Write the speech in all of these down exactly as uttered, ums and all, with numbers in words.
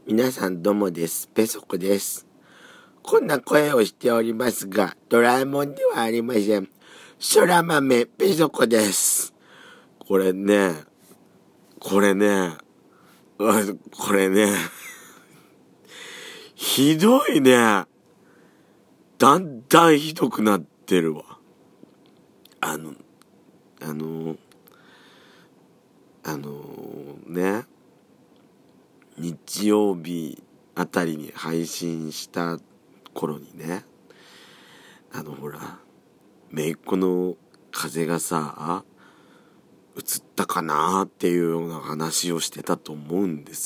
皆さんどうもです。ペソコです。こんな声をしておりますが、ドラえもんではありません。そら豆ペソコです。これね、これね、これね、ひどいね。だんだんひどくなってるわ。あの、あの、あのね、日曜日あたりに配信した頃にね、あのほら、めいっ子の風がさ、映ったかなっていうような話をしてたと思うんです。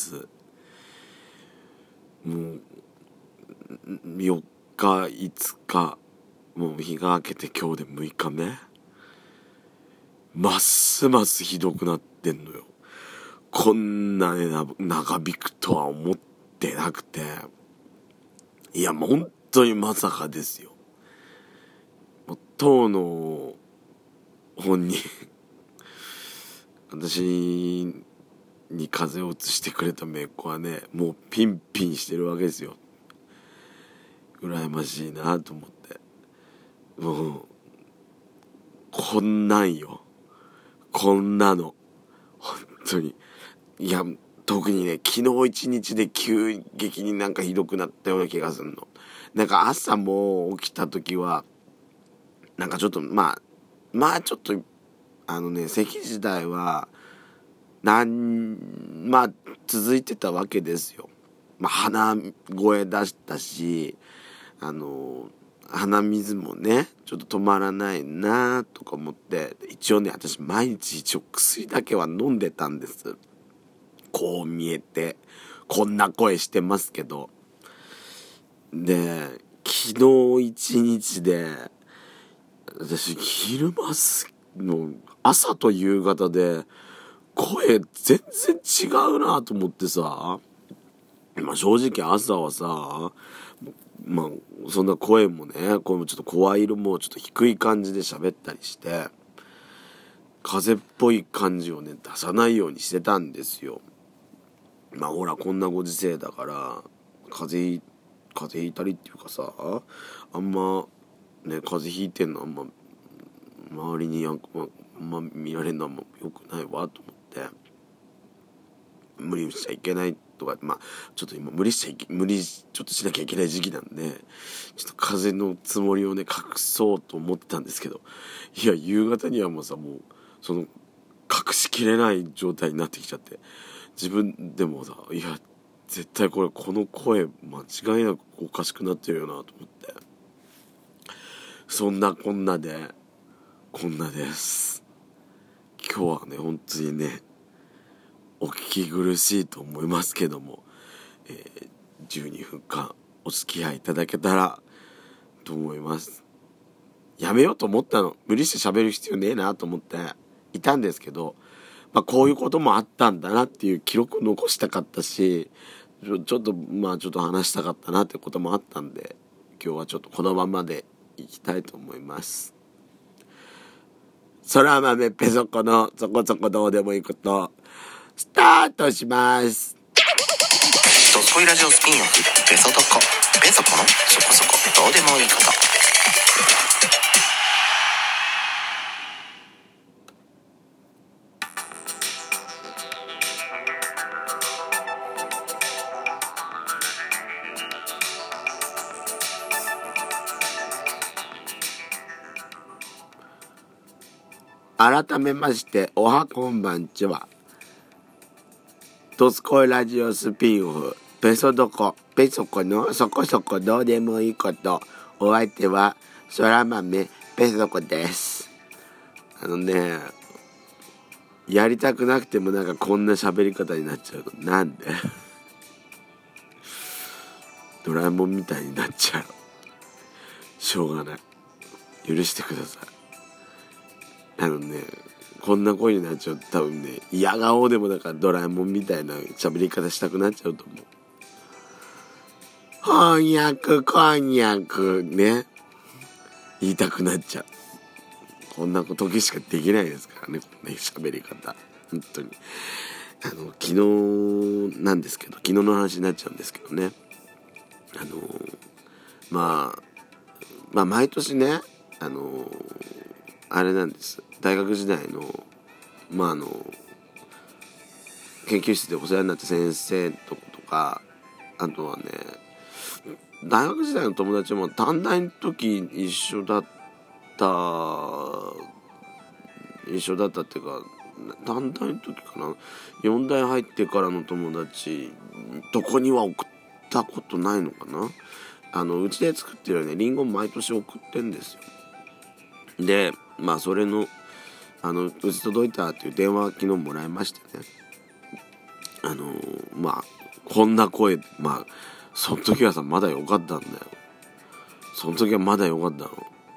もうよっかいつか、もう日が明けて今日でむいかめ、ますますひどくなってんのよ。こんなね長引くとは思ってなくて、いやもう本当にまさかですよ。当の本人私に風を移してくれためいっ子はね、もうピンピンしてるわけですよ。羨ましいなと思って。もうこんなんよ、こんなの本当に。いや特にね、昨日一日で急激になんかひどくなったような気がするの。なんか朝も起きた時はなんかちょっとまあまあちょっとあのね、咳自体はなんまあ続いてたわけですよ。まあ鼻声出したし、あの鼻水もねちょっと止まらないなとか思って、一応ね私毎日一応薬だけは飲んでたんです。こう見えてこんな声してますけど。で昨日一日で私昼間の朝と夕方で声全然違うなと思ってさ、まあ正直朝はさ、まあそんな声もね、声もちょっと声色もちょっと低い感じで喋ったりして、風邪っぽい感じをね出さないようにしてたんですよ。まあほらこんなご時世だから風邪風邪ひいたりっていうかさ、あんまね風邪ひいてんのあんま周りにあんま見られるのはもう良くないわと思って、無理しちゃいけないとか、まあちょっと今無理しちゃいけ無理ちょっとしなきゃいけない時期なんで、ちょっと風邪のつもりをね隠そうと思ってたんですけど、いや夕方にはもうさ、もうその隠しきれない状態になってきちゃって、自分でもさ、いや絶対これこの声間違いなくおかしくなってるよなと思って、そんなこんなでこんなです。今日はね本当にねお聞き苦しいと思いますけども、えー、じゅうにふんかんお付き合いいただけたらと思います。やめようと思ったの、無理して喋る必要ねえなと思っていたんですけど、まあこういうこともあったんだなっていう記録を残したかったし、ちょ、ちょっとまあちょっと話したかったなってこともあったんで、今日はちょっとこのままでいきたいと思います。そら豆ペソコのそこそこどうでもいいことスタートします。 ドスコイラジオスピンオフペソドコペソコのそこそこどうでもいいこと。 改めましておはこんばんちは。ドスコイラジオスピンオフペソドコペソコのそこそこどうでもいいこと。お相手はそら豆ペソコです。あのね、やりたくなくてもなんかこんな喋り方になっちゃうのなんでドラえもんみたいになっちゃう。しょうがない、許してください。あのね、こんな声になっちゃうと多分ね、嫌顔でもだからドラえもんみたいな喋り方したくなっちゃうと思う。翻訳こんにゃくね言いたくなっちゃう。こんな時しかできないですからね、このね喋り方本当に。 あの昨日なんですけど昨日の話になっちゃうんですけどね、あのまあまあ毎年ね、あのあれなんです、大学時代のまああの研究室でお世話になった先生とか、あとはね大学時代の友達も短大の時一緒だった一緒だったっていうか短大の時かな、よん大入ってからの友達どこには送ったことないのかな。あのうちで作ってるねリンゴ毎年送ってんですよ。でまあそれのあのうち届いたっていう電話昨日もらいましてね、あのー、まあこんな声、まあその時はさまだ良かったんだよ。その時はまだ良かったの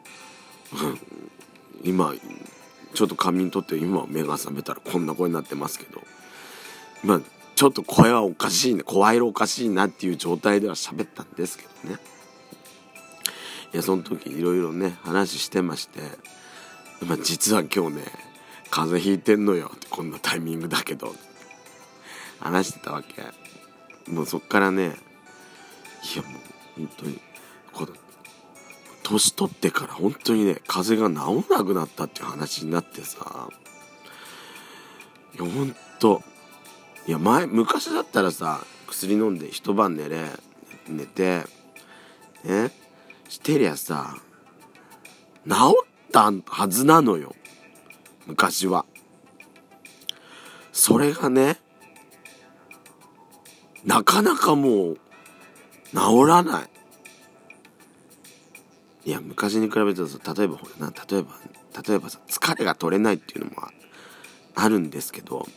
今ちょっと仮眠取って今目が覚めたらこんな声になってますけど、まあちょっと声はおかしいね、声色おかしいなっていう状態では喋ったんですけどね。いやその時いろいろね話してまして、まあ、実は今日ね風邪ひいてんのよってこんなタイミングだけど話してたわけ。もうそっからね、いやもう本当にこの年取ってから本当にね風邪が治らなくなったっていう話になってさ、いや本当いや前昔だったらさ薬飲んで一晩寝れ寝てねしてりゃさ治ったはずなのよ昔は。それがねなかなかもう治らない。いや昔に比べるとさ、例えばほらな例えば例えばさ疲れが取れないっていうのもあるんですけど、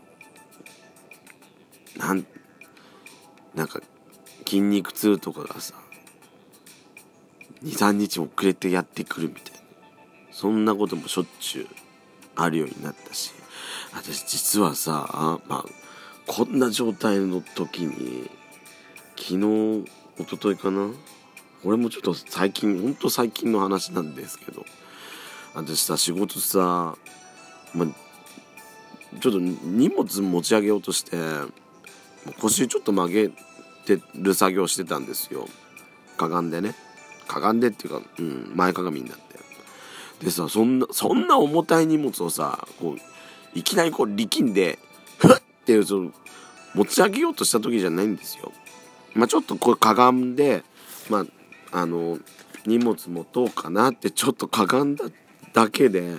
なんなんか筋肉痛とかがさ に,さん 日遅れてやってくるみたいな、そんなこともしょっちゅうあるようになったし、私実はさまあこんな状態の時に昨日一昨日かな、俺もちょっと最近ほんと最近の話なんですけど、私さ仕事さ、まあ、ちょっと荷物持ち上げようとして腰ちょっと曲げてる作業してたんですよ。かがんでね、かがんでっていうか、うん、前かがみになって。でさそんなそんな重たい荷物をさこういきなりこう力んでふっっていうその持ち上げようとした時じゃないんですよ。まあちょっとこうかがんでまああの荷物持とうかなってちょっとかがんだだけで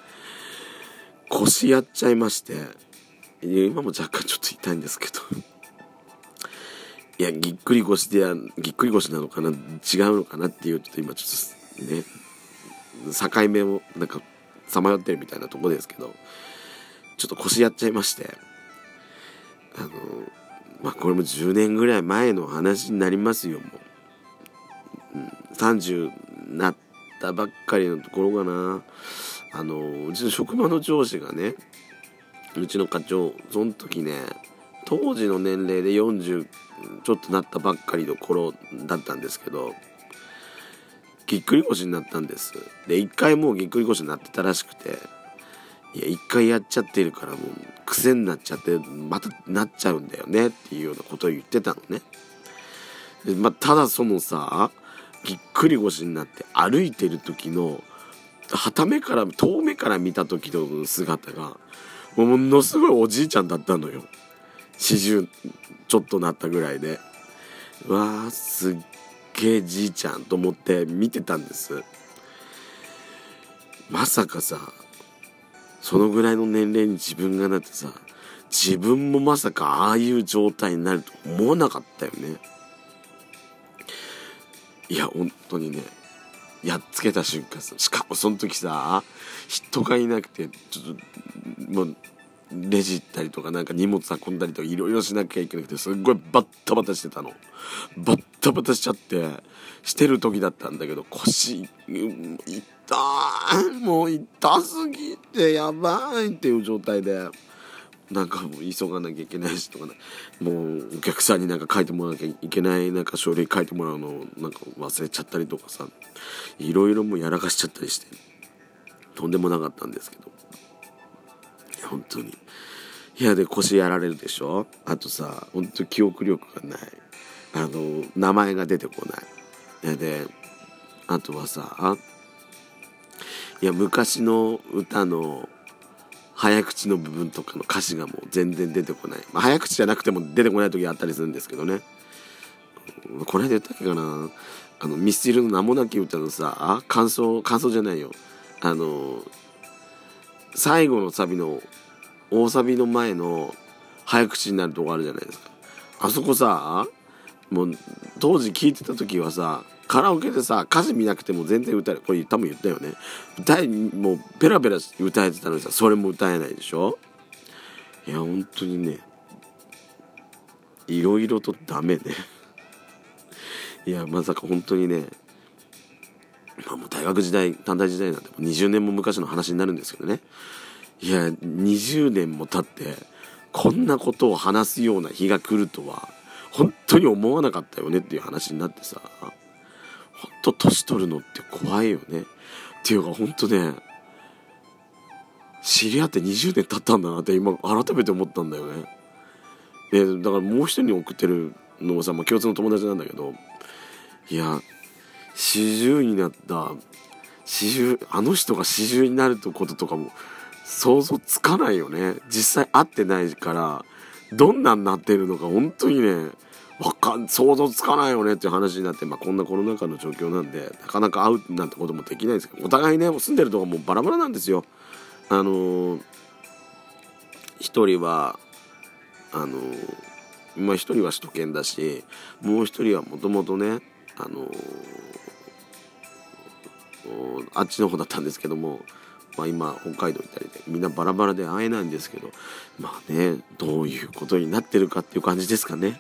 腰やっちゃいまして、今も若干ちょっと痛いんですけどいやぎっくり腰でやぎっくり腰なのかな違うのかなっていうちょっと今ちょっとね境目をなんかさまよってるみたいなとこですけど、ちょっと腰やっちゃいまして、あのまあこれもじゅうねんぐらい前の話になりますよ。もう、うん、さんじゅうなったばっかりのところかな。あのうちの職場の上司がね、うちの課長その時ね当時の年齢でよんじゅうちょっとなったばっかりの頃だったんですけど、ぎっくり腰になったんです。で一回もうぎっくり腰になってたらしくて、いや一回やっちゃってるからもう癖になっちゃってまたなっちゃうんだよねっていうようなことを言ってたのね。で、まあ、ただそのさぎっくり腰になって歩いてる時の傍目から遠目から見た時の姿がものすごいおじいちゃんだったのよ。よんじゅうちょっとなったぐらいで、うわーすっげえじいちゃんと思って見てたんです。まさかさそのぐらいの年齢に自分がなってさ、自分もまさかああいう状態になると思わなかったよね。いや本当にねやっつけた瞬間さ、しかもその時さ人がいなくてちょっともうレジ行ったりとかなんか荷物運んだりとかいろいろしなきゃいけなくてすっごいバッタバタしてたの。バッタバタしちゃってしてる時だったんだけど、腰痛いもう痛すぎてやばいっていう状態で、なんかもう急がなきゃいけないしとかね、もうお客さんになんか書いてもらわなきゃいけないなんか書類書いてもらうのをなんか忘れちゃったりとかさ、いろいろもうやらかしちゃったりしてとんでもなかったんですけど、本当にいやで腰やられるでしょ。あとさ、ほんと記憶力がない、あの名前が出てこない。であとはさ、いや昔の歌の早口の部分とかの歌詞がもう全然出てこない。まあ、早口じゃなくても出てこない時あったりするんですけどね。この間言ったっけかな、あのミスチルの名もなき歌のさ、感想感想じゃないよ、あの最後のサビの大サビの前の早口になるとこあるじゃないですか。あそこさ、もう当時聞いてた時はさ、カラオケでさ歌詞見なくても全然歌える。これ多分言ったよね。歌えもうペラペラ歌えてたのにさ、それも歌えないでしょ。いや本当にね、いろいろとダメねいやまさか本当にね、まあ、もう大学時代短大時代なんてにじゅうねんも昔の話になるんですけどね。いやにじゅうねんも経ってこんなことを話すような日が来るとは本当に思わなかったよねっていう話になってさ、ほんと年取るのって怖いよねっていうか、ほんとね、知り合ってにじゅうねん経ったんだなって今改めて思ったんだよね。でだからもう一人に送ってるのもさ、まあ、共通の友達なんだけど、いやよんじゅうになったよんじゅうあの人がよんじゅうになることとかも想像つかないよね。実際会ってないからどんなになってるのか本当にね、わかん想像つかないよねっていう話になって、まあ、こんなコロナ禍の状況なんでなかなか会うなんてこともできないんですけど、お互いね住んでるとこもバラバラなんですよ。あのー、一人はあのー、まあ一人は首都圏だし、もう一人はもともとね、あのー、あっちの方だったんですけども、まあ、今北海道行ったりでみんなバラバラで会えないんですけど、まあねどういうことになってるかっていう感じですかね。